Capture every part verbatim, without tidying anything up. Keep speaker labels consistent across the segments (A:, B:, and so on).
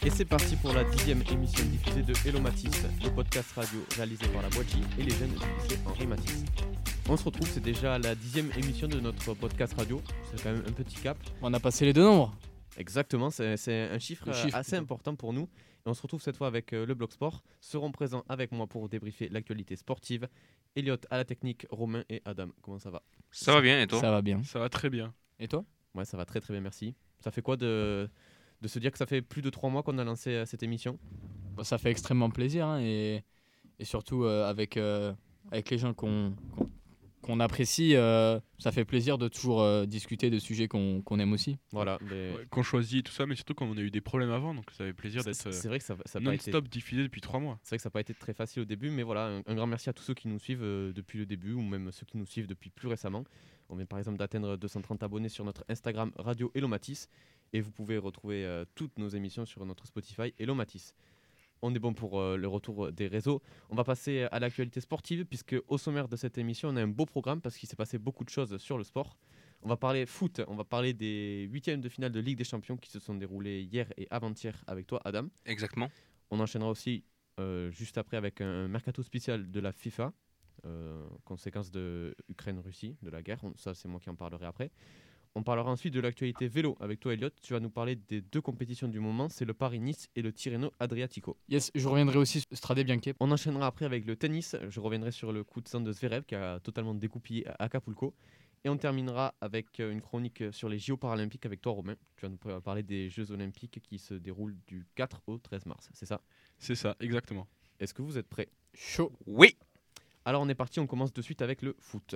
A: Et c'est parti pour la dixième émission diffusée de Hello Matisse, le podcast radio réalisé par la Boîte J et les jeunes du lycée Henri Matisse. On se retrouve, c'est déjà la dixième émission de notre podcast radio, c'est quand même un petit cap.
B: On a passé les deux nombres.
A: Exactement, c'est, c'est un chiffre, chiffre assez plutôt. important pour nous. Et on se retrouve cette fois avec euh, le Blog Sport. Seront présents avec moi pour débriefer l'actualité sportive. Elliot à la technique, Romain et Adam. Comment ça va ?
C: Ça, ça va bien et toi ?
B: Ça va bien.
D: Ça va très bien.
B: Et toi ?
A: Ouais, ça va très très bien, merci. Ça fait quoi de, de se dire que ça fait plus de trois mois qu'on a lancé euh, cette émission ?
B: Bon, ça fait extrêmement plaisir hein, et, et surtout euh, avec, euh, avec les gens qu'on, qu'on, qu'on apprécie, euh, ça fait plaisir de toujours euh, discuter de sujets qu'on, qu'on aime aussi.
A: Voilà, mais...
D: ouais, qu'on choisit tout ça, mais surtout quand on a eu des problèmes avant, donc ça fait plaisir d'être
A: c'est, c'est vrai que ça, ça
D: non-stop
A: été...
D: diffusé depuis trois mois.
A: C'est vrai que ça n'a pas été très facile au début, mais voilà, un, un grand merci à tous ceux qui nous suivent euh, depuis le début ou même ceux qui nous suivent depuis plus récemment. On vient par exemple d'atteindre deux cent trente abonnés sur notre Instagram Radio Hello Matisse et vous pouvez retrouver euh, toutes nos émissions sur notre Spotify Hello Matisse. On est bon pour euh, le retour des réseaux. On va passer à l'actualité sportive puisque au sommaire de cette émission, on a un beau programme parce qu'il s'est passé beaucoup de choses sur le sport. On va parler foot, on va parler des huitièmes de finale de Ligue des Champions qui se sont déroulés hier et avant-hier avec toi, Adam.
C: Exactement.
A: On enchaînera aussi euh, juste après avec un mercato spécial de la FIFA, euh, conséquence de Ukraine-Russie, de la guerre. On, ça, c'est moi qui en parlerai après. On parlera ensuite de l'actualité vélo avec toi, Elliot. Tu vas nous parler des deux compétitions du moment, c'est le Paris-Nice et le Tirreno Adriatico.
B: Yes, je reviendrai aussi sur Strade Bianche.
A: On enchaînera après avec le tennis. Je reviendrai sur le coup de sang de Zverev qui a totalement découpillé à Acapulco. Et on terminera avec une chronique sur les J O paralympiques avec toi, Romain. Tu vas nous parler des Jeux olympiques qui se déroulent du quatre au treize mars, c'est ça ?
D: C'est ça, exactement.
A: Est-ce que vous êtes prêts ?
B: Chaud.
C: Oui.
A: Alors on est parti, on commence de suite avec le foot.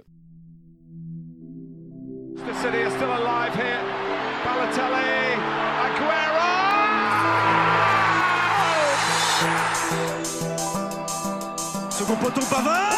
E: City is still alive here. Balotelli, Aguero! Second poteau, Pavard!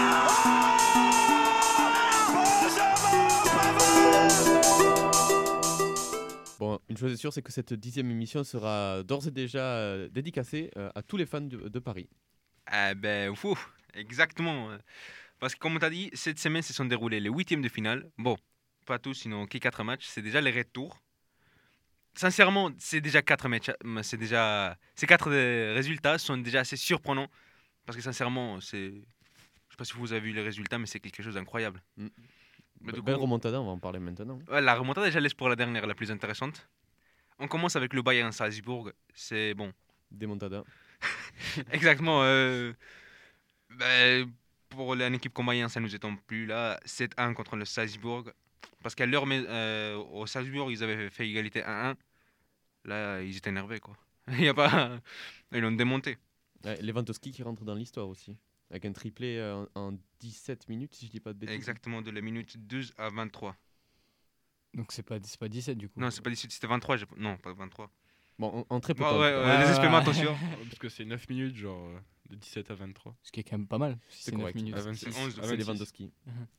A: Bon, une chose est sûre, c'est que cette dixième émission sera d'ores et déjà euh, dédicacée euh, à tous les fans de, de Paris.
C: Ah ben, fou, exactement. Parce que comme on t'a dit, cette semaine se sont déroulés les huitièmes de finale. Bon, pas tous, sinon que quatre matchs. C'est déjà les retours. Sincèrement, c'est déjà quatre matchs. C'est déjà, ces quatre résultats sont déjà assez surprenants. Parce que sincèrement, c'est... je ne sais pas si vous avez vu les résultats, mais c'est quelque chose d'incroyable.
A: Mm.
C: Mais
A: Be- belle remontada, on va en parler maintenant.
C: Ouais, la remontada, déjà, laisse pour la dernière, la plus intéressante. On commence avec le Bayern Salzbourg. C'est bon.
A: Démontada.
C: Exactement. Euh... Ben, pour une équipe comme Bayern, ça ne nous étonne plus là. sept un contre le Salzbourg. Parce qu'à l'heure, euh, au Salzbourg, ils avaient fait égalité un un. Là, ils étaient énervés, quoi. Il y a pas... Ils l'ont démonté.
A: Ouais, Lewandowski qui rentre dans l'histoire aussi. Avec un triplé euh, en dix-sept minutes, si je dis pas de bêtises.
C: Exactement, de la minute douze à vingt-trois.
B: Donc c'est pas, c'est pas dix-sept du coup.
C: Non, c'est pas dix-sept, c'était vingt-trois. J'ai... Non, pas vingt-trois.
A: Bon, en, en très peu de
C: Oh,
A: temps.
C: ouais, ouais,
B: Ouais,
C: désespérément,
B: ouais.
C: attention.
D: Parce que c'est neuf minutes, genre euh, de dix-sept à vingt-trois.
B: Ce qui est quand même pas mal. Si
A: C'est
B: c'est neuf
A: correct.
B: minutes.
D: À vingt-six.
C: C'est onze,
D: à
A: C'est
D: vingt-six.
A: Lewandowski.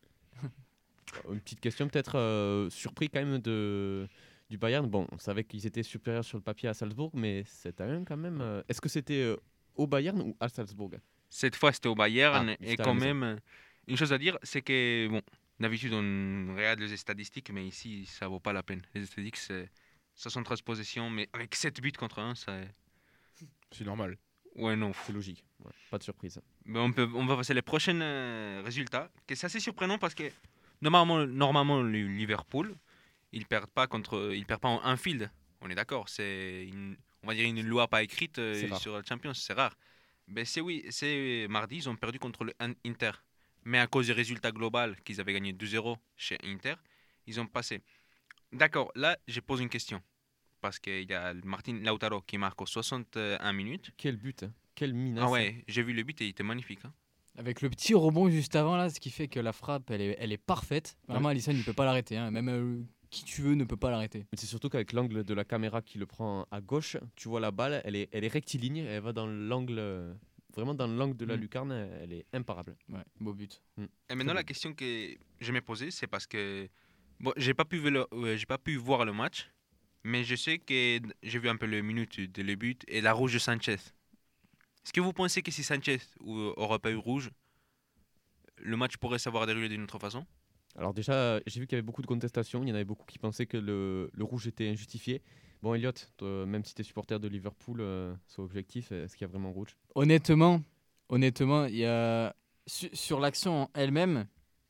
A: Une petite question peut-être euh, surpris quand même de, du Bayern. Bon, on savait qu'ils étaient supérieurs sur le papier à Salzbourg, mais sept à un quand même. Euh, est-ce que c'était euh, au Bayern ou à Salzbourg ?
C: Cette fois, c'était au Bayern.
A: Ah,
C: et
A: c'était à
C: quand
A: la maison.
C: même, une chose à dire, c'est que, bon, d'habitude, on regarde les statistiques, mais ici, ça vaut pas la peine. Les statistiques, c'est soixante-treize possessions, mais avec sept buts contre un, ça...
D: C'est normal.
C: Ouais, non.
A: C'est logique, ouais, pas de surprise.
C: Mais on, peut, on va passer les prochains euh, résultats. Que c'est assez surprenant parce que, normalement, normalement le Liverpool, ils perdent pas contre... Ils perdent pas en Anfield. On est d'accord. C'est, une, on va dire, une loi pas écrite euh,
A: C'est rare.
C: sur la Champions. C'est rare. Mais c'est oui, c'est mardi, ils ont perdu contre le Inter. Mais à cause du résultat global, qu'ils avaient gagné deux zéro chez Inter, ils ont passé. D'accord, là, je pose une question. Parce qu'il y a Martin Lautaro qui marque aux soixante et une minutes.
A: Quel but, hein. Quelle menace.
C: Ah ouais, j'ai vu le but et il était magnifique. Hein.
B: Avec le petit rebond juste avant là, ce qui fait que la frappe elle est, elle est parfaite. Vraiment, Alisson il peut pas l'arrêter. Hein. Même euh, qui tu veux ne peut pas l'arrêter.
A: Mais c'est surtout qu'avec l'angle de la caméra qui le prend à gauche, tu vois la balle, elle est, elle est rectiligne, elle va dans l'angle, euh, vraiment dans l'angle de la
B: Mm.
A: lucarne, elle est imparable.
B: Ouais, beau but.
A: Mm.
C: Et maintenant,
A: Très
C: la question que je m'ai posée, c'est parce que bon, j'ai pas pu ver le- euh, j'ai pas pu voir le match, mais je sais que j'ai vu un peu le minute de le but et la rouge de Sanchez. Est-ce que vous pensez que si Sanchez aurait pas eu rouge, le match pourrait s'avoir déroulé d'une autre façon?
A: Alors déjà, j'ai vu qu'il y avait beaucoup de contestations, il y en avait beaucoup qui pensaient que le, le rouge était injustifié, Bon, Elliot, toi, même si tu es supporter de Liverpool, euh, son objectif, est-ce qu'il y a vraiment rouge?
B: Honnêtement, honnêtement, il y a su- sur l'action en elle-même,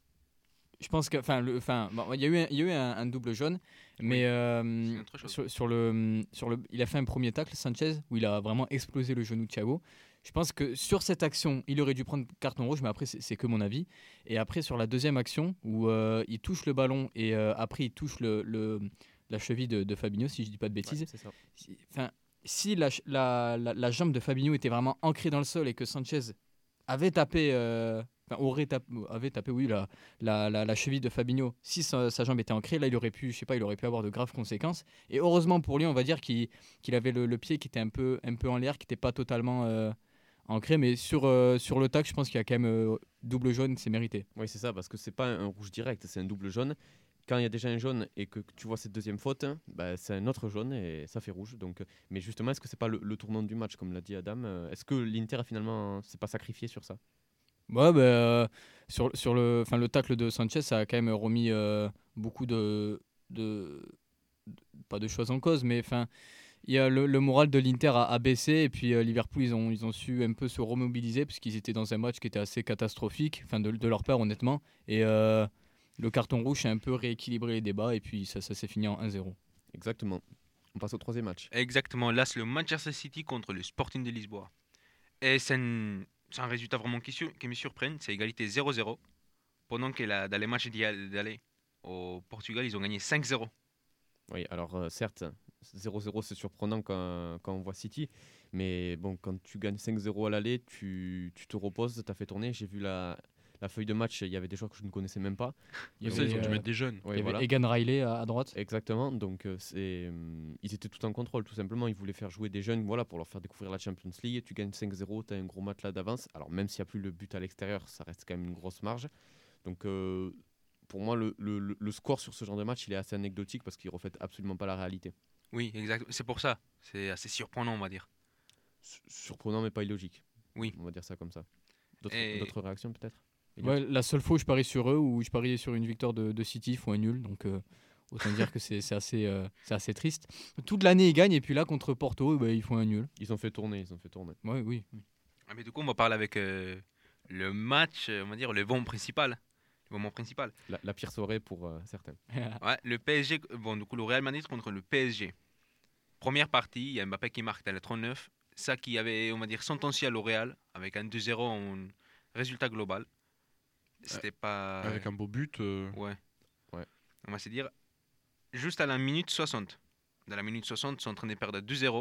B: je pense que, enfin, le, enfin, bon, il y a eu, un, il y a eu un, un double jaune, mais
C: Oui,
B: euh,
C: c'est autre chose.
B: sur, sur le, sur le, il a fait un premier tacle, Sanchez, où il a vraiment explosé le genou de Thiago. Je pense que sur cette action, il aurait dû prendre carton rouge, mais après c'est, c'est que mon avis. Et après sur la deuxième action, où euh, il touche le ballon et euh, après il touche le, le- la cheville de, de Fabinho, si je dis pas de bêtises.
A: Ouais, c'est ça.
B: Si- Enfin, si la, ch- la, la, la jambe de Fabinho était vraiment ancrée dans le sol et que Sanchez avait tapé, euh, enfin, aurait tapé, avait tapé, oui, la, la, la, la cheville de Fabinho, si sa, sa jambe était ancrée, là, il aurait pu, je sais pas, il aurait pu avoir de graves conséquences. Et heureusement pour lui, on va dire qu'il, qu'il avait le, le pied qui était un peu, un peu en l'air, qui n'était pas totalement euh, ancré, mais sur, euh, sur le tac, je pense qu'il y a quand même euh, double jaune, c'est mérité.
A: Oui, c'est ça, parce que c'est pas un, un rouge direct, c'est un double jaune. Quand il y a déjà un jaune et que tu vois cette deuxième faute, hein, bah, c'est un autre jaune et ça fait rouge. Donc, euh, mais justement, est-ce que c'est pas le, le tournant du match, comme l'a dit Adam? euh, Est-ce que l'Inter a finalement s'est pas sacrifié sur ça?
B: Ouais, bah, euh, sur, sur le, enfin, le tacle de Sanchez, ça a quand même remis euh, beaucoup de, de, de- pas de choses en cause, mais enfin, il y a le, le moral de l'Inter a, a baissé et puis euh, Liverpool, ils ont, ils ont su un peu se remobiliser parce qu'ils étaient dans un match qui était assez catastrophique, enfin, de, de leur part, honnêtement. Et euh, le carton rouge a un peu rééquilibré les débats et puis ça, ça s'est fini en un zéro.
A: Exactement. On passe au troisième match.
C: Exactement, là c'est le Manchester City contre le Sporting de Lisboa. Et c'est un, c'est un résultat vraiment qui, sur- qui me surprend, c'est égalité zéro zéro. Pendant que la- dans les matchs d'y aller d'aller au Portugal, ils ont gagné cinq zéro.
A: Oui, alors euh, certes, zéro zéro c'est surprenant quand, quand on voit City, mais bon, quand tu gagnes cinq zéro à l'aller, tu, tu te reposes, tu as fait tourner. J'ai vu la, la feuille de match, il y avait des joueurs que je ne connaissais même pas.
B: Il y
D: Ça, ils ont
B: avait,
D: dû
B: euh,
D: mettre des jeunes.
A: Ouais,
B: il y avait
A: voilà.
B: Egan Riley à, à droite.
A: Exactement, donc euh, c'est, hum, ils étaient tout en contrôle, tout simplement. Ils voulaient faire jouer des jeunes, voilà, pour leur faire découvrir la Champions League. Tu gagnes cinq zéro, tu as un gros match là d'avance. Alors, même s'il n'y a plus le but à l'extérieur, ça reste quand même une grosse marge. Donc, euh, pour moi, le, le- le- le score sur ce genre de match, il est assez anecdotique parce qu'il ne reflète absolument pas la réalité.
C: Oui, exact. C'est pour ça. C'est assez surprenant, on va dire.
A: Su- Surprenant, mais pas illogique.
C: Oui.
A: On va dire ça comme ça. D'autres
C: Et-
A: d'autres réactions, peut-être Elliot?
B: Ouais, la seule fois où je parie sur eux, où je pariais sur une victoire de, de City, ils font un nul. Donc euh, autant dire que c'est c'est assez, euh, c'est assez triste. Toute l'année, ils gagnent, et puis là, contre Porto, bah, ils font un nul.
A: Ils ont fait tourner, ils ont fait tourner.
B: Ouais, oui. oui.
C: Ah, mais du coup, on va parler avec euh, le match, euh, on va dire, le vent principal. Le moment principal.
A: La, la pire soirée pour euh, certains.
C: Ouais, le P S G, bon, du coup, le Real Madrid contre le P S G. Première partie, il y a Mbappé qui marque dans le trente-neuf. Ça qui avait, on va dire, sentencié à au Real avec un deux zéro en résultat global. C'était pas.
D: Avec un beau but. euh,
C: Ouais.
A: Ouais.
C: On va se dire, juste à la minute soixante. Dans la minute soixante, ils sont en train de perdre deux zéro.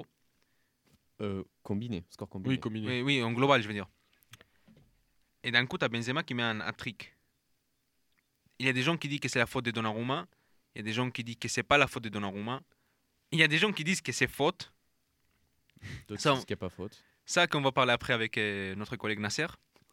A: Euh, combiné, score combiné.
D: Oui, combiné.
C: Oui, oui, en global, je veux dire. Et d'un coup, tu as Benzema qui met un hat-trick. Il y a des gens qui disent que c'est la faute de Donnarumma. Il y a des gens qui disent que c'est pas la faute de Donnarumma. Il y a des gens qui disent que c'est faute.
A: D'autres
C: Ça,
A: disent qu'il n'y a pas faute.
C: Ça, qu'on va parler après avec euh, notre collègue Nasser.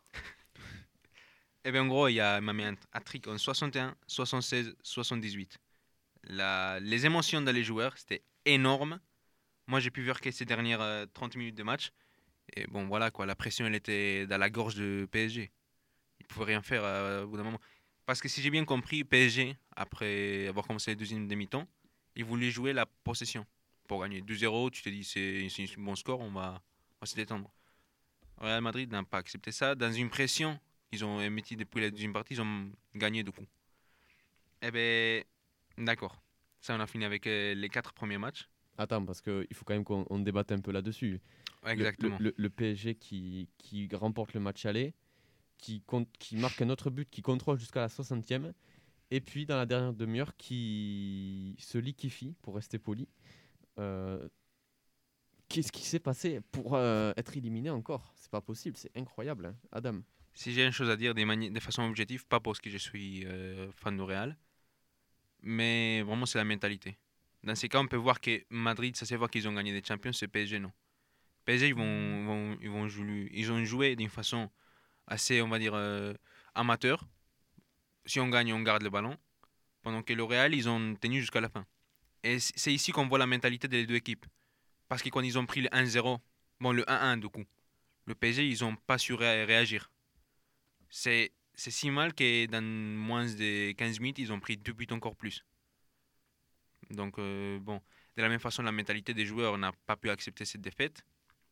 C: Et bien, en gros, il y a il m'a mis un hat-trick en soixante et un, soixante-seize, soixante-dix-huit. La, les émotions dans les joueurs, c'était énorme. Moi, j'ai pu voir que ces dernières euh, trente minutes de match. Et bon, voilà, quoi, la pression, elle était dans la gorge de P S G. Ils ne pouvaient rien faire euh, au bout d'un moment. Parce que si j'ai bien compris, P S G, après avoir commencé les deuxième demi-temps, ils voulaient jouer la possession. Pour gagner deux zéro, tu te dis, c'est c'est un bon score, on va, on va se détendre. Real Madrid n'a pas accepté ça. Dans une pression, ils ont émis depuis la deuxième partie, ils ont gagné du coup. Eh bien, d'accord. Ça, on a fini avec euh, les quatre premiers matchs.
A: Attends, parce qu'il faut quand même qu'on on débatte un peu là-dessus.
C: Ouais,
A: Le-
C: exactement.
A: Le, le- le P S G qui, qui remporte le match aller, qui, compte, qui marque un autre but, qui contrôle jusqu'à la soixantième, et puis dans la dernière demi-heure, qui se liquéfie, pour rester poli. Euh, Qu'est-ce qui s'est passé pour euh, être éliminé encore? C'est pas possible, c'est incroyable, hein. Adam.
C: Si j'ai une chose à dire de, mani- de façon objective, pas parce que je suis euh, fan du Real, mais vraiment c'est la mentalité. Dans ces cas, on peut voir que Madrid, ça se voit qu'ils ont gagné des champions, c'est P S G non. P S G, ils, vont, vont- ils, vont jouer, ils ont joué d'une façon assez, on va dire, euh, amateur. Si on gagne, on garde le ballon. Pendant que le Real, ils ont tenu jusqu'à la fin. Et c- c'est ici qu'on voit la mentalité des deux équipes. Parce que quand ils ont pris le un zéro, bon, le un un du coup, le P S G, ils n'ont pas su ré- réagir. C'est c'est si mal que dans moins de quinze minutes, ils ont pris deux buts encore plus. Donc, euh, bon. De la même façon, la mentalité des joueurs n'a pas pu accepter cette défaite.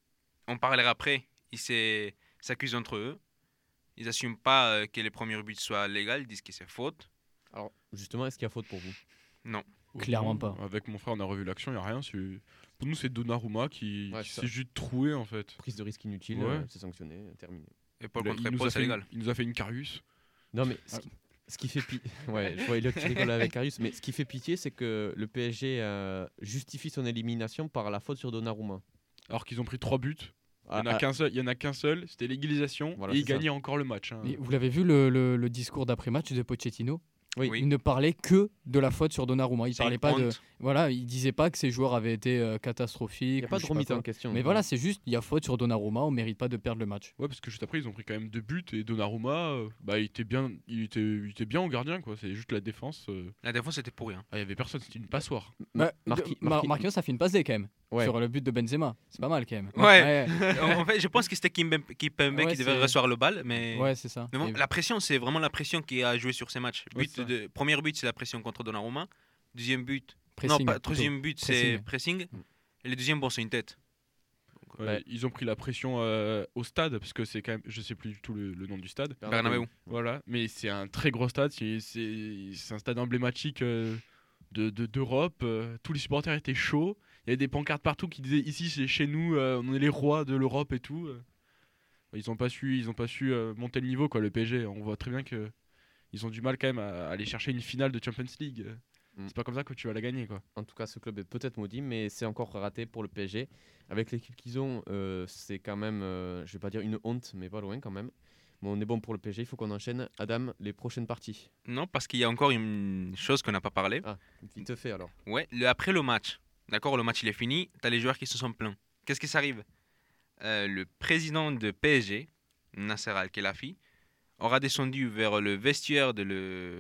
C: On parlera après, ils s'est- s'accusent entre eux. Ils n'assument pas euh, que les premiers buts soient légaux, ils disent que c'est faute.
A: Alors, justement, est-ce qu'il y a faute pour vous?
C: Non.
B: Clairement pas.
D: Avec mon frère, on a revu l'action, il n'y a rien. c'est- Pour nous, c'est Donnarumma qui,
A: Ouais,
D: qui
A: c'est
D: s'est
A: ça.
D: juste troué en fait.
A: Prise de risque inutile,
D: Ouais.
A: euh, c'est sanctionné, terminé.
C: Épaule
D: Il, a-
C: contre
D: il nous
C: épaule,
D: a
C: c'est
D: fait
C: légal.
D: une, il nous a fait une Carius.
A: Non, mais ce qui, ce qui fait pitié. Ouais, je vois Elliot qui rigole avec Karius, mais ce qui fait pitié, c'est que le P S G euh, justifie son élimination par la faute sur Donnarumma.
D: Alors qu'ils ont pris trois buts. Il
A: Ah,
D: n'y en a
A: ah,
D: qu'un seul, il y en a qu'un seul, c'était l'égalisation
A: Voilà,
D: et ils
A: c'est ça.
D: gagnaient encore le match. hein.
B: Mais vous l'avez vu le, le- le discours d'après-match de Pochettino?
A: Oui.
C: Oui.
B: Il ne parlait que de la faute sur Donnarumma. Il
C: C'est
B: parlait
C: une
B: pas de.
C: honte.
B: Voilà, il disait pas que ses joueurs avaient été euh,
A: Il
B: catastrophiques.
A: n'y a pas
B: ou
A: de
B: je sais
A: remise
B: quoi.
A: en question.
B: Mais voilà, c'est juste, il y a faute sur Donnarumma, on mérite pas de perdre le match.
D: Ouais, parce que juste après, ils ont pris quand même deux buts et Donnarumma, euh, bah, il était bien, il était, il était bien en gardien quoi. C'est juste la défense. euh,
C: La défense était pourrie. hein.
D: ah, il y avait personne, c'était une passoire.
A: Ma-
B: Bah,
A: Marqui-
B: de- Mar-
A: Marqui-
B: Marquinhos a fait une passe D quand même
A: Ouais.
B: sur le but de Benzema. C'est pas mal quand même.
C: Ouais. en en fait, je pense que c'était Kimpembe Kimpembe
B: Ouais,
C: qui devait
B: c'est-
C: recevoir le bal, mais.
B: Ouais, c'est ça.
C: Mais bon,
B: Et-
C: la pression, c'est vraiment la pression qui a joué sur ces matchs.
D: Ouais,
C: But
D: c'est ça.
C: de, premier but, c'est la pression contre Donnarumma. Deuxième but,
B: pressing,
C: non, pas,
B: plutôt.
C: troisième but, c'est
B: Pressing.
C: pressing. Et le deuxième, bon, c'est une tête.
D: Ouais,
A: Ouais.
D: Ils ont pris la pression euh, au stade parce que c'est quand même, je sais plus du tout le, le nom du stade.
C: Bernabeu.
D: Voilà, mais c'est un très gros stade, c'est c'est- c'est un stade emblématique euh, de de- d'Europe. euh, tous les supporters étaient chauds. Il y avait des pancartes partout qui disaient ici c'est chez nous, euh, on est les rois de l'Europe et tout. euh. Ils ont pas su, ils ont pas su euh, monter le niveau quoi. Le P S G, on voit très bien que ils ont du mal quand même à aller chercher une finale de Champions League.
A: Mm.
D: C'est pas comme ça que tu vas la gagner quoi.
A: En tout cas, ce club est peut-être maudit, mais c'est encore raté pour le P S G. Avec l'équipe qu'ils ont, euh, c'est quand même, euh, je vais pas dire une honte, mais pas loin quand même. Bon, on est bon pour le P S G, il faut qu'on enchaîne. Adam, les prochaines parties.
C: Non, parce qu'il y a encore une chose qu'on n'a pas parlé.
A: Ah, vite fait alors.
C: Ouais, le, après le match, d'accord, le match il est fini, tu as les joueurs qui se sont plaints. Qu'est-ce qui s'arrive Euh, Le président de P S G, Nasser Al-Khelaifi, aura descendu vers le vestiaire de le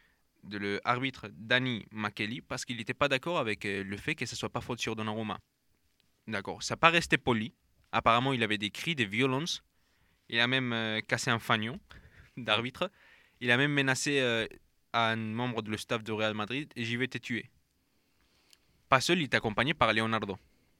C: de l'arbitre Danny Makeli parce qu'il n'était pas d'accord avec euh, le fait que ce soit pas faute sur Donnarumma. D'accord, ça n'a pas resté poli. Apparemment, il avait des cris, des violences. Il a même euh, cassé un fanion d'arbitre. Il a même menacé euh, un membre de le staff de Real Madrid et j'y vais te tuer. Pas seul, il est accompagné par Leonardo.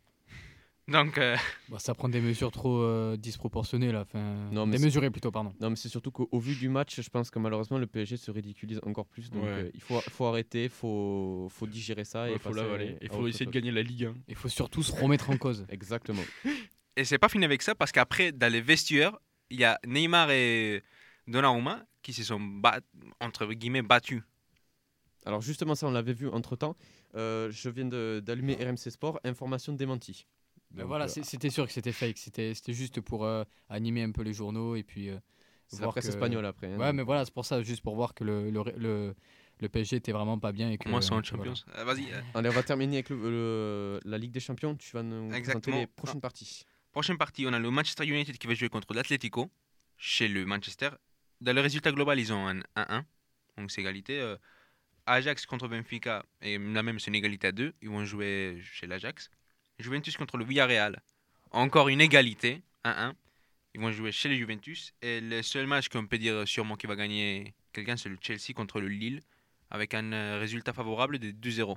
C: Donc, euh,
B: Bah, ça prend des mesures trop euh, disproportionnées là. Enfin,
A: Non, mais
B: démesurées plutôt, pardon.
A: Non, mais c'est surtout qu'au au vu du match, je pense que malheureusement le P S G se ridiculise encore plus. Donc
D: Ouais.
A: euh, il faut, faut arrêter, il faut, faut digérer ça.
D: Il
A: et
D: faut
A: passer
D: l'avaler. Il
A: à
D: faut
A: autre
D: essayer de
A: chose.
D: gagner la Ligue un.
B: Il faut surtout se remettre en cause.
A: Exactement.
C: et c'est pas fini avec ça parce qu'après, dans les vestiaires, il y a Neymar et Donnarumma qui se sont bat- entre guillemets battus.
A: Alors justement, ça on l'avait vu entre temps. je viens de- d'allumer R M C Sport, information démentie.
B: Ben
A: Donc,
B: voilà,
A: euh,
B: c'est- c'était sûr que c'était fake. C'était c'était juste pour euh, animer un peu les journaux et puis. euh,
A: c'est la
B: voir
A: presse
B: que-
A: espagnole après. hein,
B: Ouais,
A: donc.
B: mais voilà, c'est pour ça, juste pour voir que le, le, le, le P S G était vraiment pas bien. Et que,
C: Moi, sont en
B: que voilà.
C: Champions. Euh, Vas-y. euh.
A: Allez, on va terminer avec le- le- la Ligue des Champions. Tu vas nous présenter
C: Exactement.
A: les prochaines parties.
C: Prochaine partie, on a le Manchester United qui va jouer contre l'Atlético chez le Manchester. Dans le résultat global, ils ont un un un, donc c'est égalité. Euh, Ajax contre Benfica, et là même c'est une égalité à deux, ils vont jouer chez l'Ajax. Juventus contre le Villarreal, encore une égalité, un un. Ils vont jouer chez le Juventus. Et le seul match qu'on peut dire sûrement qui va gagner quelqu'un, c'est le Chelsea contre le Lille, avec un euh, résultat favorable de deux zéro.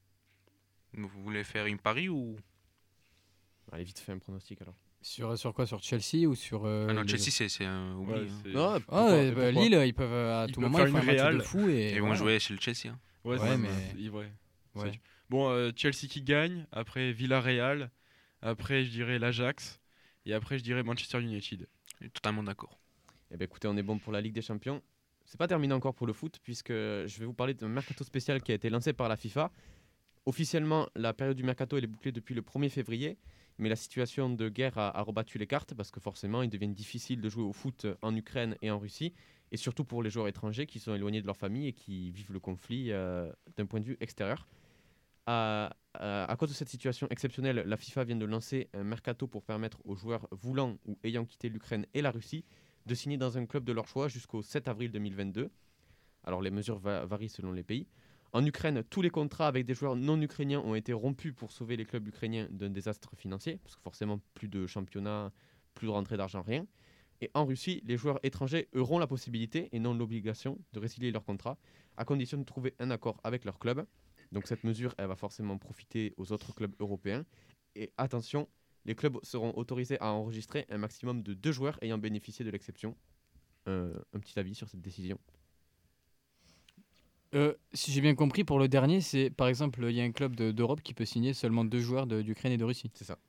C: Vous voulez faire une pari ou...
A: Allez, vite fait un pronostic alors.
B: Sur, sur quoi? Sur Chelsea ou sur. euh,
C: Ah non,
B: les-
C: Chelsea c'est c'est un oubli.
D: Ouais,
C: hein.
D: c'est-
A: Non,
B: Ah,
A: pourquoi-
B: ouais, bah,
A: pourquoi
B: Lille, ils peuvent euh, à
D: Ils
B: tout
D: peuvent
B: moment
D: faire
B: ils font un
D: une
B: match de
D: Real.
B: fou. Et,
C: Ils vont
B: voilà.
C: jouer chez le Chelsea. hein.
D: Ouais,
B: Ouais,
D: c'est-
B: mais-
D: c'est- ouais.
B: Ouais.
D: C'est- Bon, euh, Chelsea qui gagne, après Villarreal, après je dirais l'Ajax, et après je dirais Manchester United.
C: Je suis totalement d'accord.
A: Eh bien, écoutez, on est bon pour la Ligue des Champions. C'est pas terminé encore pour le foot, puisque je vais vous parler d'un mercato spécial qui a été lancé par la FIFA. Officiellement, la période du mercato elle est bouclée depuis le premier février, mais la situation de guerre a, a rebattu les cartes, parce que forcément, il devient difficile de jouer au foot en Ukraine et en Russie, et surtout pour les joueurs étrangers qui sont éloignés de leur famille et qui vivent le conflit euh, d'un point de vue extérieur. À, à- à cause de cette situation exceptionnelle, la FIFA vient de lancer un mercato pour permettre aux joueurs voulant ou ayant quitté l'Ukraine et la Russie de signer dans un club de leur choix jusqu'au sept avril deux mille vingt-deux. Alors les mesures va- varient selon les pays. En Ukraine, tous les contrats avec des joueurs non ukrainiens ont été rompus pour sauver les clubs ukrainiens d'un désastre financier, parce que forcément plus de championnat, plus de rentrée d'argent, rien. Et en Russie, les joueurs étrangers auront la possibilité et non l'obligation de résilier leur contrat, à condition de trouver un accord avec leur club. Donc cette mesure, elle va forcément profiter aux autres clubs européens. Et attention, les clubs seront autorisés à enregistrer un maximum de deux joueurs ayant bénéficié de l'exception. Euh, un petit avis sur cette décision.
B: Euh, si j'ai bien compris, pour le dernier, c'est par exemple, il y a un club de- d'Europe qui peut signer seulement deux joueurs de- d'Ukraine et de Russie.
A: C'est ça.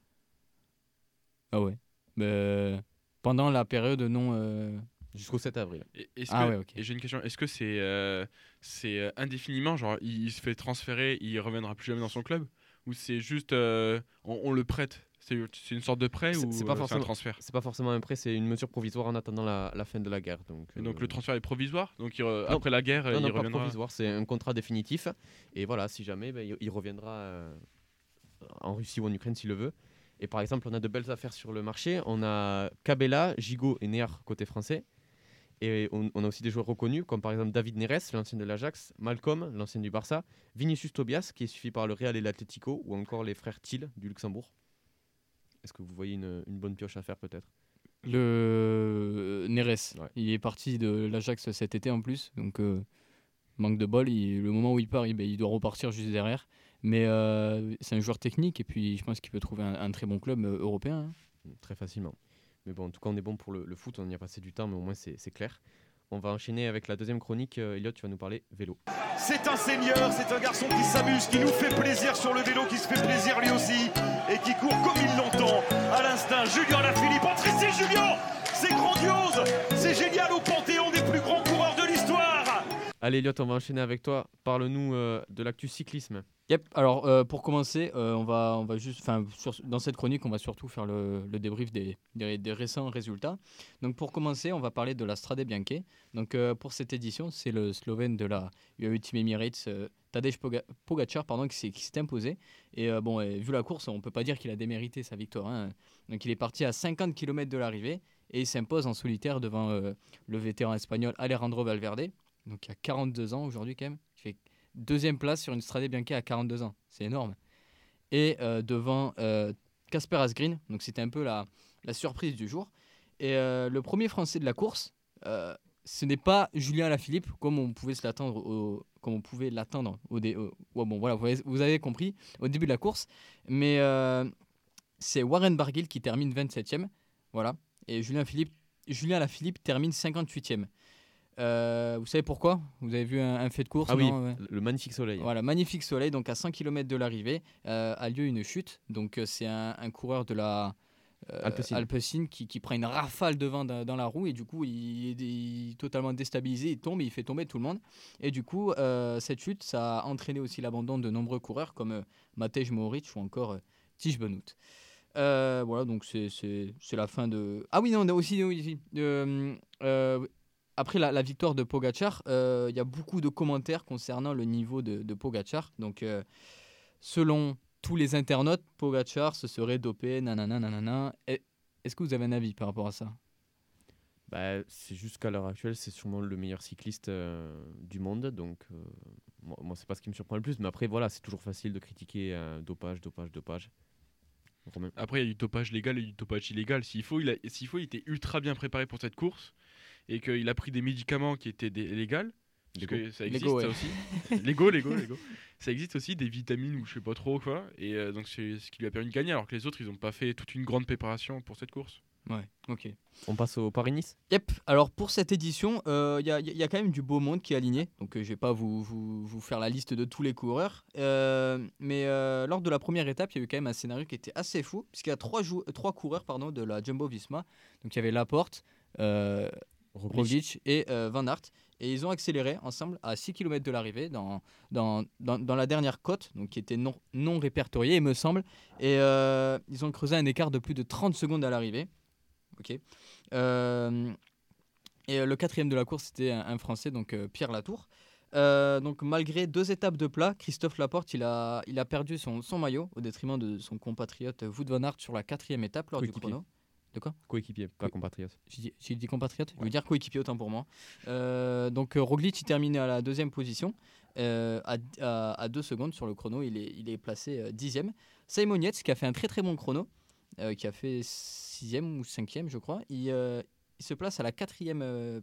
B: Ah ouais. Bah, pendant la période non. euh,
A: Jusqu'au sept avril.
D: Et, est-ce
B: Ah
D: que-
B: ouais, ok.
D: et j'ai une question. Est-ce que c'est euh, c'est euh, indéfiniment, genre il, il se fait transférer, il reviendra plus jamais dans son club, ou c'est juste euh, on, on le prête? C'est c'est une sorte de prêt
A: C'est-
D: ou
A: c'est pas
D: euh,
A: forcément-
D: un transfert?
A: C'est pas forcément un prêt, c'est une mesure provisoire en attendant la, la fin de la guerre. Donc,
D: Et donc
A: euh,
D: le transfert est provisoire. Donc il re-
A: Non,
D: après la guerre,
A: non,
D: il
A: non, pas
D: reviendra.
A: provisoire, c'est un contrat définitif. Et voilà, si jamais, ben, il, il reviendra euh, en Russie ou en Ukraine s'il le veut. Et par exemple, on a de belles affaires sur le marché. On a Cabella, Gigot et Néar côté français. Et on, on a aussi des joueurs reconnus, comme par exemple David Neres, l'ancien de l'Ajax, Malcolm, l'ancien du Barça, Vinicius Tobias, qui est suivi par le Real et l'Atlético, ou encore les frères Thiel du Luxembourg. Est-ce que vous voyez une, une bonne pioche à faire peut-être?
B: Le euh, Neres,
A: Ouais.
B: il est parti de l'Ajax cet été en plus, donc euh, manque de bol. Il- le moment où il part, il, ben, il doit repartir juste derrière. Mais euh, c'est un joueur technique et puis je pense qu'il peut trouver un, un très bon club euh, européen. hein.
A: Très facilement. Mais bon, en tout cas, on est bon pour le, le foot, on y a passé du temps, mais au moins c'est c'est clair. On va enchaîner avec la deuxième chronique. Euh, Elliot, tu vas nous parler vélo.
E: C'est un seigneur, c'est un garçon qui s'amuse, qui nous fait plaisir sur le vélo, qui se fait plaisir lui aussi, et qui court comme il l'entend. À l'instinct, Julien Lafilippe, entre ici Julien. C'est grandiose, c'est génial, au panthéon des plus grands coureurs de l'histoire.
A: Allez, Elliot, on va enchaîner avec toi. Parle-nous euh, de l'actu cyclisme.
B: Yep. Alors euh, pour commencer, euh, on va on va juste, enfin sur- dans cette chronique, on va surtout faire le, le débrief des, des, des récents résultats. Donc pour commencer, on va parler de la Strade Bianche. Donc euh, pour cette édition, c'est le Slovène de la U A E Team Emirates, euh, Tadej Poga- Pogacar, pardon, qui s'est qui s'est imposé. Et euh, bon, et vu la course, on peut pas dire qu'il a démérité sa victoire. hein. Donc il est parti à cinquante kilomètres de l'arrivée et il s'impose en solitaire devant euh, le vétéran espagnol Alejandro Valverde. Donc il a quarante-deux ans aujourd'hui quand même. Il fait deuxième place sur une Strade Bianche à quarante-deux ans. C'est énorme. Et euh, devant euh, Casper Asgreen, donc c'était un peu la, la surprise du jour. Et euh, le premier Français de la course, euh, ce n'est pas Julien Lafilippe, comme on pouvait se l'attendre, au, comme on pouvait l'attendre au, dé, au ouais, bon voilà, vous avez, vous avez compris au début de la course. Mais euh, c'est Warren Barguil qui termine vingt-septième, voilà. Et Julien Philippe, Julien Lafilippe termine cinquante-huitième. Euh, vous savez pourquoi? Vous avez vu un, un fait de course?
A: Ah oui,
B: non Ouais.
A: le magnifique soleil.
B: Voilà, magnifique soleil. Donc à cent kilomètres de l'arrivée euh, a lieu une chute. Donc euh, c'est un, un coureur de la euh,
A: Alpecin.
B: Alpecin qui, qui prend une rafale de vent dans, dans la roue et du coup il est, il est totalement déstabilisé, il tombe et il fait tomber tout le monde. Et du coup euh, cette chute ça a entraîné aussi l'abandon de nombreux coureurs comme euh, Matej Mohoric ou encore euh, Tish Benoot. Euh, voilà, donc c'est, c'est, c'est la fin de... Ah oui, non, on a aussi... oui, oui, euh, euh, après la, la victoire de Pogacar, euh, il y a beaucoup de commentaires concernant le niveau de, de Pogacar. Donc, euh, selon tous les internautes, Pogacar se serait dopé, nanana, nanana. Et- Est-ce que vous avez un avis par rapport à ça?
A: Bah, c'est juste qu'à l'heure actuelle, c'est sûrement le meilleur cycliste euh, du monde. Donc, euh, moi, moi, c'est pas ce qui me surprend le plus. Mais après, voilà, c'est toujours facile de critiquer euh, dopage, dopage, dopage. Romain.
D: Après, il y a du dopage légal et du dopage illégal. S'il faut, il a- s'il faut, il était ultra bien préparé pour cette course et qu'il a pris des médicaments qui étaient des- légaux. Parce
A: Lego.
D: que ça existe
B: Lego,
D: ça
B: ouais.
D: aussi. Lego, Lego, Lego. Ça existe aussi des vitamines ou je sais pas trop quoi. Et euh, donc c'est ce qui lui a permis de gagner alors que les autres ils ont pas fait toute une grande préparation pour cette course.
B: Ouais, ok.
A: On passe au Paris-Nice.
B: Yep, alors pour cette édition, il euh, y, a, y a quand même du beau monde qui est aligné. Donc euh, je vais pas vous, vous, vous faire la liste de tous les coureurs. Euh, mais euh, lors de la première étape, il y a eu quand même un scénario qui était assez fou. Puisqu'il y a trois, jou- trois coureurs pardon, de la Jumbo-Visma. Donc il y avait Laporte, euh, Roglic et euh, Van Aert. Et ils ont accéléré ensemble à six kilomètres de l'arrivée dans, dans, dans, dans la dernière côte, donc qui était non, non répertoriée, il me semble. Et euh, ils ont creusé un écart de plus de trente secondes à l'arrivée. Ok. Euh, et euh, le quatrième de la course, c'était un, un Français, donc euh, Pierre Latour. Euh, donc malgré deux étapes de plat, Christophe Laporte, il a, il a perdu son, son maillot au détriment de son compatriote Wout van Aert sur la quatrième étape lors du
A: Coéquipier.
B: chrono. De quoi?
A: Coéquipier, pas
B: Oui.
A: compatriote.
B: J'ai dit, j'ai dit compatriote, je
A: Ouais.
B: veux dire coéquipier autant pour moi. Euh, donc euh, Roglic il termine à la deuxième position, euh, à, à, à deux secondes sur le chrono, il est, il est placé euh, dixième. Simon Yates qui a fait un très très bon chrono, euh, qui a fait sixième ou cinquième je crois, il, euh, il se place à la quatrième euh,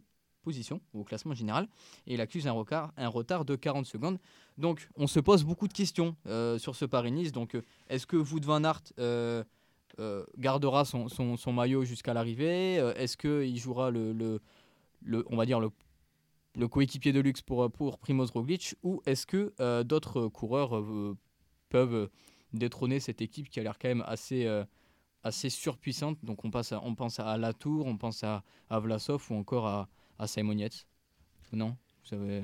B: position au classement général et il accuse un retard, un retard de quarante secondes. Donc on se pose beaucoup de questions euh, sur ce Paris-Nice. Donc euh, est-ce que Wout van Aert euh, euh, gardera son, son, son maillot jusqu'à l'arrivée euh, Est-ce qu'il jouera le, le, le, on va dire le, le coéquipier de luxe pour, pour Primoz Roglic, ou est-ce que euh, d'autres coureurs euh, peuvent détrôner cette équipe qui a l'air quand même assez, euh, assez surpuissante? Donc on, passe à, on pense à Latour, on pense à, à Vlasov ou encore à, à Simon Yates. Non, vous savez...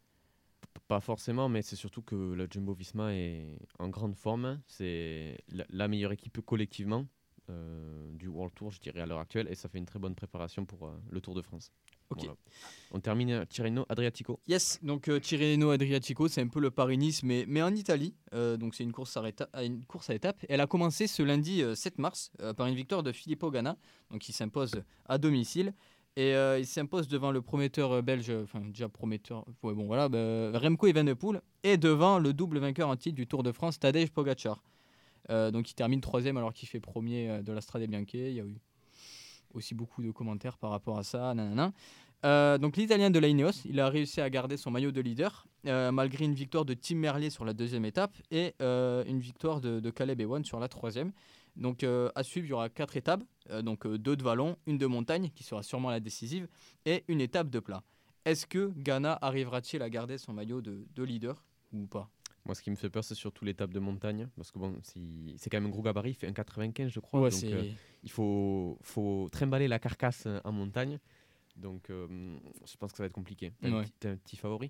A: Pas forcément, mais c'est surtout que la Jumbo-Visma est en grande forme. C'est la, la meilleure équipe collectivement euh, du World Tour, je dirais, à l'heure actuelle. Et ça fait une très bonne préparation pour euh, le Tour de France.
B: Ok.
A: Voilà. On termine euh, Tirreno-Adriatico.
B: Yes, donc euh, Tirreno-Adriatico, c'est un peu le Paris-Nice, mais, mais en Italie. Euh, donc c'est une course, à éta- une course à étapes. Elle a commencé ce lundi euh, sept mars euh, par une victoire de Filippo Ganna, donc qui s'impose à domicile. Et euh, il s'impose devant le prometteur belge, enfin déjà prometteur, ouais, bon voilà, bah, Remco Evenepoel, et devant le double vainqueur en titre du Tour de France, Tadej Pogacar. Euh, donc il termine troisième alors qu'il fait premier euh, de la Strade Bianche. Il y a eu aussi beaucoup de commentaires par rapport à ça. Nanana. Euh, donc l'Italien de la Ineos, il a réussi à garder son maillot de leader euh, malgré une victoire de Tim Merlier sur la deuxième étape et euh, une victoire de, de Caleb Ewan sur la troisième. Donc euh, à suivre, il y aura quatre étapes, euh, donc euh, deux de vallon, une de montagne qui sera sûrement la décisive et une étape de plat. Est-ce que Ghana arrivera-t-il à garder son maillot de, de leader ou pas?
A: Moi, ce qui me fait peur, c'est surtout l'étape de montagne. Parce que bon, si... c'est quand même un gros gabarit. Il fait un quatre-vingt-quinze, je crois.
B: Ouais,
A: donc
B: c'est...
A: euh, il faut, faut trimballer la carcasse euh, en montagne. Donc euh, je pense que ça va être compliqué. T'as,
B: Ouais.
A: un, petit, t'as un petit favori?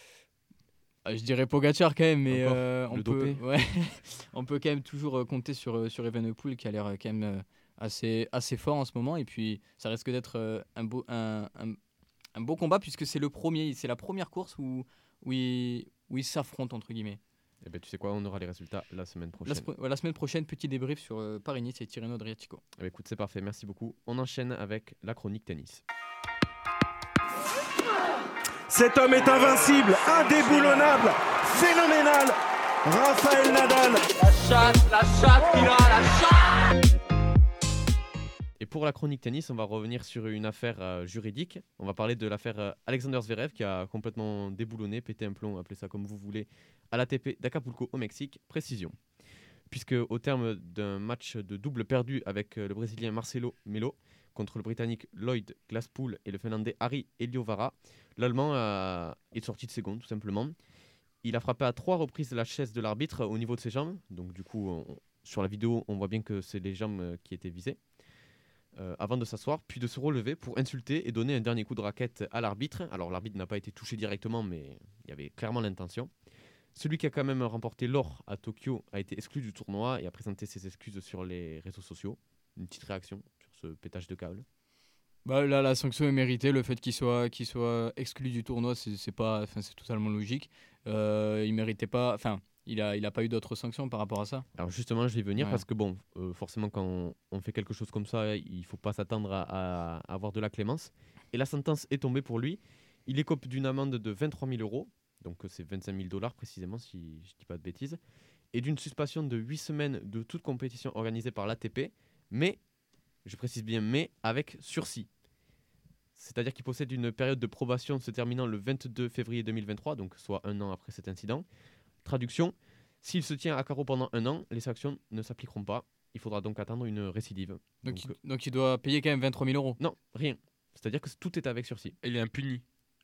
B: Euh, je dirais Pogacar quand même, mais
A: Encore
B: euh, on,
A: le
B: peut,
A: dopé
B: ouais, on peut quand même toujours euh, compter sur, euh, sur Evenepoel qui a l'air euh, quand même euh, assez, assez fort en ce moment. Et puis ça risque d'être euh, un, beau, un, un, un beau combat puisque c'est le premier, c'est la première course où, où ils, où ils s'affrontent entre guillemets.
A: Eh ben, tu sais quoi, on aura les résultats la semaine
B: La,
A: prochaine.
B: sp- ouais, la semaine prochaine, petit débrief sur euh, Paris-Nice et Tirreno-Adriatico.
A: Eh ben, écoute, c'est parfait, merci beaucoup. On enchaîne avec la chronique tennis.
E: Cet homme est invincible, indéboulonnable, phénoménal. Rafael Nadal.
F: La chatte, la chatte, Mira, la chatte.
A: Et pour la chronique tennis, on va revenir sur une affaire euh, juridique. On va parler de l'affaire euh, Alexander Zverev qui a complètement déboulonné, pété un plomb, appelez ça comme vous voulez, à l'A T P d'Acapulco au Mexique. Précision. Puisque au terme d'un match de double perdu avec euh, le Brésilien Marcelo Melo contre le Britannique Lloyd Glasspool et le Finlandais Harry Eliovara, l'Allemand a... est sorti de ses gonds tout simplement. Il a frappé à trois reprises la chaise de l'arbitre au niveau de ses jambes. Donc du coup, on... sur la vidéo, on voit bien que c'est les jambes euh, qui étaient visées. Euh, avant de s'asseoir, puis de se relever pour insulter et donner un dernier coup de raquette à l'arbitre. Alors l'arbitre n'a pas été touché directement, mais il y avait clairement l'intention. Celui qui a quand même remporté l'or à Tokyo a été exclu du tournoi et a présenté ses excuses sur les réseaux sociaux. Une petite réaction sur ce pétage de câble.
B: Bah, là, la sanction est méritée. Le fait qu'il soit, qu'il soit exclu du tournoi, c'est, c'est, pas, c'est totalement logique. Euh, il méritait pas... Enfin, il n'a il a pas eu d'autres sanctions par rapport à ça.
A: Alors justement, je vais y venir
B: Ouais.
A: parce que bon, euh, forcément quand on, on fait quelque chose comme ça, il ne faut pas s'attendre à, à- à avoir de la clémence. Et la sentence est tombée pour lui. Il écope d'une amende de vingt-trois mille euros, donc euh, c'est vingt-cinq mille dollars précisément si je ne dis pas de bêtises, et d'une suspension de huit semaines de toute compétition organisée par l'A T P, mais, je précise bien mais, avec sursis. C'est-à-dire qu'il possède une période de probation se terminant le vingt-deux février deux mille vingt-trois, donc soit un an après cet incident. Traduction, s'il se tient à carreau pendant un an, les sanctions ne s'appliqueront pas. Il faudra donc attendre une récidive.
B: Donc,
A: Donc,
B: il,
A: euh,
B: donc il doit payer quand même vingt-trois mille euros.
A: non, rien. C'est-à-dire que tout est avec sursis.
D: Il est impuni.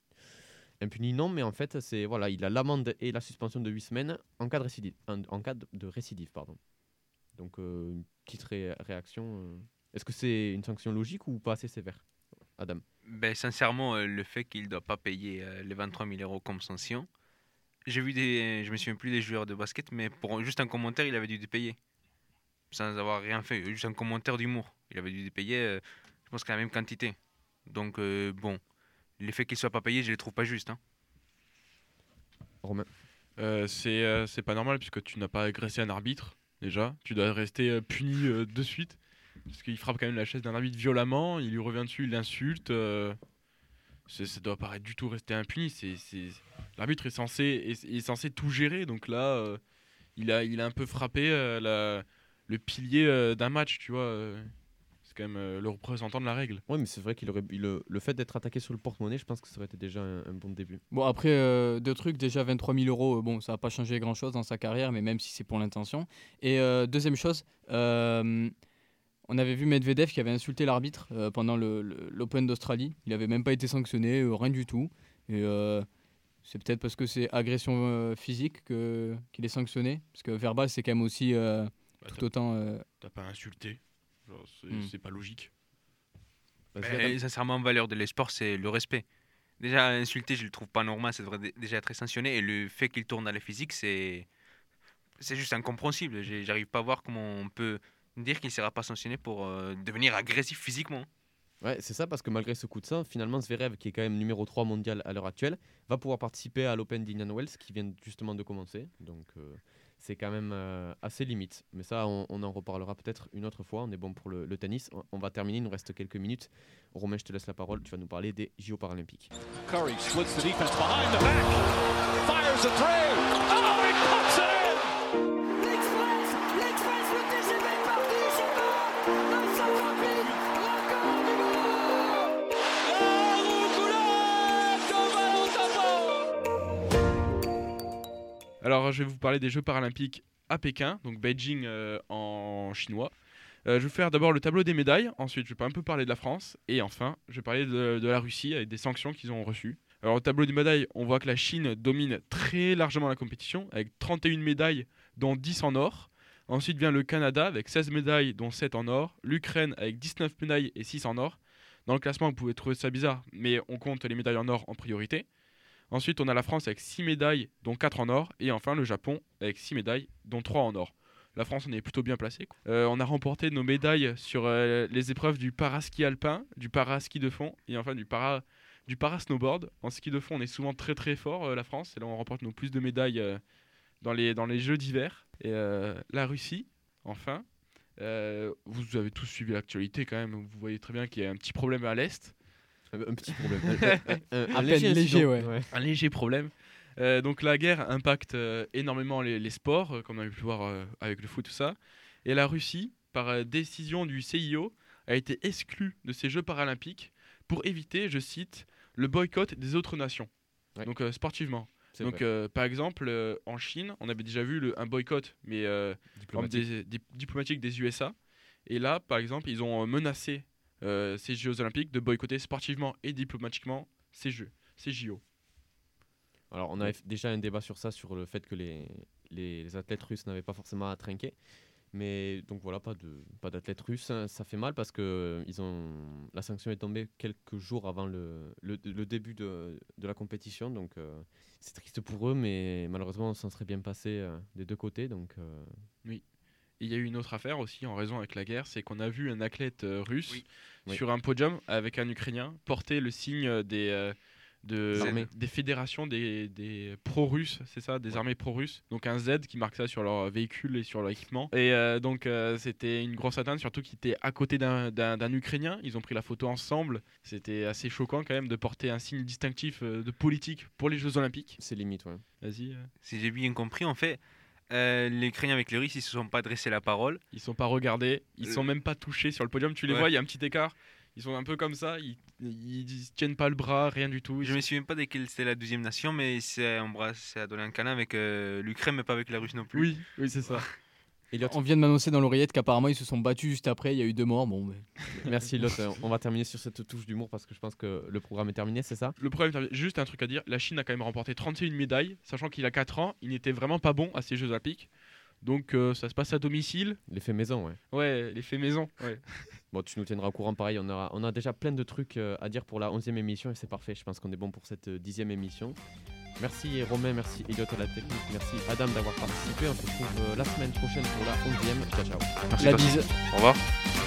A: Impuni non, mais en fait, c'est voilà, il a l'amende et la suspension de huit semaines en cas de récidive. En, en cas de, de récidive, pardon. Donc, euh, une petite ré- réaction. euh. Est-ce que c'est une sanction logique ou pas assez sévère, Adam?
C: Ben, sincèrement, euh, le fait qu'il ne doit pas payer euh, les vingt-trois mille euros comme sanction, j'ai vu des, je me souviens plus des joueurs de basket, mais pour juste un commentaire, il avait dû payer. Sans avoir rien fait, juste un commentaire d'humour. Il avait dû payer, euh, je pense, qu'à la même quantité. Donc, euh, bon, le fait qu'il ne soit pas payé, je ne les trouve pas juste. Hein.
A: Romain?
D: Euh, c'est euh, c'est pas normal puisque tu n'as pas agressé un arbitre déjà. Tu dois rester euh, puni euh, de suite parce qu'il frappe quand même la chaise d'un arbitre violemment. Il lui revient dessus, il l'insulte. Euh, c'est- ça doit pas du tout rester impuni. C'est, c'est... L'arbitre est censé, est, est censé tout gérer. Donc là, euh, il, a, il a un peu frappé euh, la, le pilier euh, d'un match. Tu vois. euh. C'est quand même euh, le représentant de la règle.
A: Ouais, mais c'est vrai qu'il aurait il, le, le fait d'être attaqué sur le porte-monnaie, je pense que ça aurait été déjà un, un bon début.
B: Bon, après, euh, deux trucs. Déjà, vingt-trois mille euros, euh, bon, ça n'a pas changé grand-chose dans sa carrière, mais même si c'est pour l'intention. Et euh, deuxième chose, euh, on avait vu Medvedev qui avait insulté l'arbitre euh, pendant le, le- l'Open d'Australie. Il n'avait même pas été sanctionné, euh, rien du tout. Et euh, c'est peut-être parce que c'est agression euh, physique que, qu'il est sanctionné. Parce que verbal, c'est quand même aussi euh,
D: Bah,
B: tout
D: t'as,
B: autant... euh,
D: t'as pas insulté. Genre, c'est,
B: Hmm.
D: c'est pas logique.
A: Parce que
C: Mais, sincèrement, en valeur de l'esport, c'est le respect. Déjà, insulter, je le trouve pas normal, ça devrait dé- déjà être sanctionné. Et le fait qu'il tourne à la physique, c'est c'est juste incompréhensible. J'ai- J'arrive pas à voir comment on peut dire qu'il sera pas sanctionné pour euh, devenir agressif physiquement.
A: Ouais, c'est ça, parce que malgré ce coup de sang, finalement, Zverev, qui est quand même numéro trois mondial à l'heure actuelle, va pouvoir participer à l'Open d'Indian Wells, qui vient justement de commencer. Donc, euh, c'est quand même euh, assez limite. Mais ça, on, on en reparlera peut-être une autre fois. On est bon pour le, le tennis. On, on va terminer, il nous reste quelques minutes. Romain, je te laisse la parole. Tu vas nous parler des J O paralympiques.
E: Curry splits the defense behind the back, fires a three. Oh, he puts it in!
G: L'Express, l'Express, le T G V parti, c'est bon. neuf cent rapide, record du monde.
D: Alors, je vais vous parler des Jeux paralympiques à Pékin, donc Beijing euh, en chinois. Euh, je vais faire d'abord le tableau des médailles, ensuite je vais un peu parler de la France, et enfin je vais parler de, de la Russie avec des sanctions qu'ils ont reçues. Alors au tableau des médailles, on voit que la Chine domine très largement la compétition, avec trente et une médailles, dont dix en or. Ensuite vient le Canada avec seize médailles, dont sept en or. L'Ukraine avec dix-neuf médailles et six en or. Dans le classement, vous pouvez trouver ça bizarre, mais on compte les médailles en or en priorité. Ensuite, on a la France avec six médailles, dont quatre en or. Et enfin, le Japon avec six médailles, dont trois en or. La France, on est plutôt bien placé. quoi. Euh, on a remporté nos médailles sur euh, les épreuves du paraski alpin, du paraski de fond et enfin du para du para-snowboard. En ski de fond, on est souvent très très fort, euh, la France. Et là, on remporte nos plus de médailles euh, dans, les, dans les Jeux d'hiver. Et euh, la Russie, enfin. Euh, vous avez tous suivi l'actualité quand même. Vous voyez très bien qu'il y a un petit problème à l'Est.
A: Un, un petit problème. Un, un- un- un
B: À
A: léger
B: peine léger,
A: incident.
B: ouais.
D: Un léger problème. Euh, donc la guerre impacte euh, énormément les, les sports, euh, comme on a pu voir euh, avec le foot, tout ça. Et la Russie, par euh, décision du C I O, a été exclue de ces Jeux paralympiques pour éviter, je cite, le boycott des autres nations.
A: Ouais.
D: Donc euh, sportivement.
A: C'est
D: Donc
A: vrai.
D: euh, par exemple, euh, en Chine, on avait déjà vu le- un boycott, mais euh, par exemple,
A: Diplomatique.
D: des, des diplomatiques des U S A. Et là, par exemple, ils ont euh, menacé euh, ces Jeux olympiques de boycotter sportivement et diplomatiquement ces Jeux, ces J O.
A: Alors, on avait f- déjà un débat sur ça, sur le fait que les, les, les athlètes russes n'avaient pas forcément à trinquer. Mais donc voilà, pas de pas d'athlètes russes. hein. Ça fait mal parce que euh, ils ont la sanction est tombée quelques jours avant le, le, le début de, de la compétition. Donc euh, c'est triste pour eux, mais malheureusement, ça serait bien passé euh, des deux côtés. Donc euh,
D: Et il y a eu une autre affaire aussi en raison avec la guerre, c'est qu'on a vu un athlète euh, russe
C: Oui.
A: Oui.
D: sur un podium avec un Ukrainien porter le signe des, euh, de,
A: L'armée.
D: des fédérations des, des pro-russes, c'est ça, des
A: Ouais.
D: armées pro-russes. Donc un Z qui marque ça sur leur véhicule et sur leur équipement. Et euh, donc euh, c'était une grosse atteinte, surtout qu'il était à côté d'un, d'un, d'un Ukrainien. Ils ont pris la photo ensemble. C'était assez choquant quand même de porter un signe distinctif euh, de politique pour les Jeux Olympiques.
A: c'est limite. Ouais.
D: Vas-y. euh.
C: Si j'ai bien compris, en fait, euh, les Ukrainiens avec les Russes, ils se sont pas adressés la parole.
D: Ils sont pas regardés, ils
C: Euh,
D: sont même pas touchés sur le podium. Tu les
C: ouais.
D: vois, il y a un petit écart. Ils sont un peu comme ça, ils, ils, ils se tiennent pas le bras, rien du tout. Ils
C: Je me
D: sont-
C: souviens pas de quelle c'était la deuxième nation, mais c'est embrassé, c'est à donner un câlin avec euh, l'Ukraine, mais pas avec la Russie non plus.
D: Oui, oui, c'est ça.
A: Elliot,
B: On vient de m'annoncer dans l'oreillette qu'apparemment ils se sont battus juste après, il y a eu deux morts. Bon, mais...
A: merci Elliot. Euh, On va terminer sur cette touche d'humour parce que je pense que le programme est terminé, c'est ça?
D: Le problème, juste un truc à dire, la Chine a quand même remporté trente et une médailles, sachant qu'il a quatre ans, il n'était vraiment pas bon à ces Jeux Olympiques. Donc euh, ça se passe à domicile.
A: L'effet maison, ouais.
D: Ouais, l'effet maison. Ouais.
A: Bon, tu nous tiendras au courant, pareil, on, aura, on a déjà plein de trucs euh, à dire pour la onzième émission et c'est parfait, je pense qu'on est bon pour cette euh, dixième émission. Merci Romain, merci Elliot à la technique, merci Adam d'avoir participé, on se retrouve euh, la semaine prochaine pour la onzième. Ciao, ciao.
C: Merci,
B: La
C: Bastien.
B: bise.
C: Au revoir.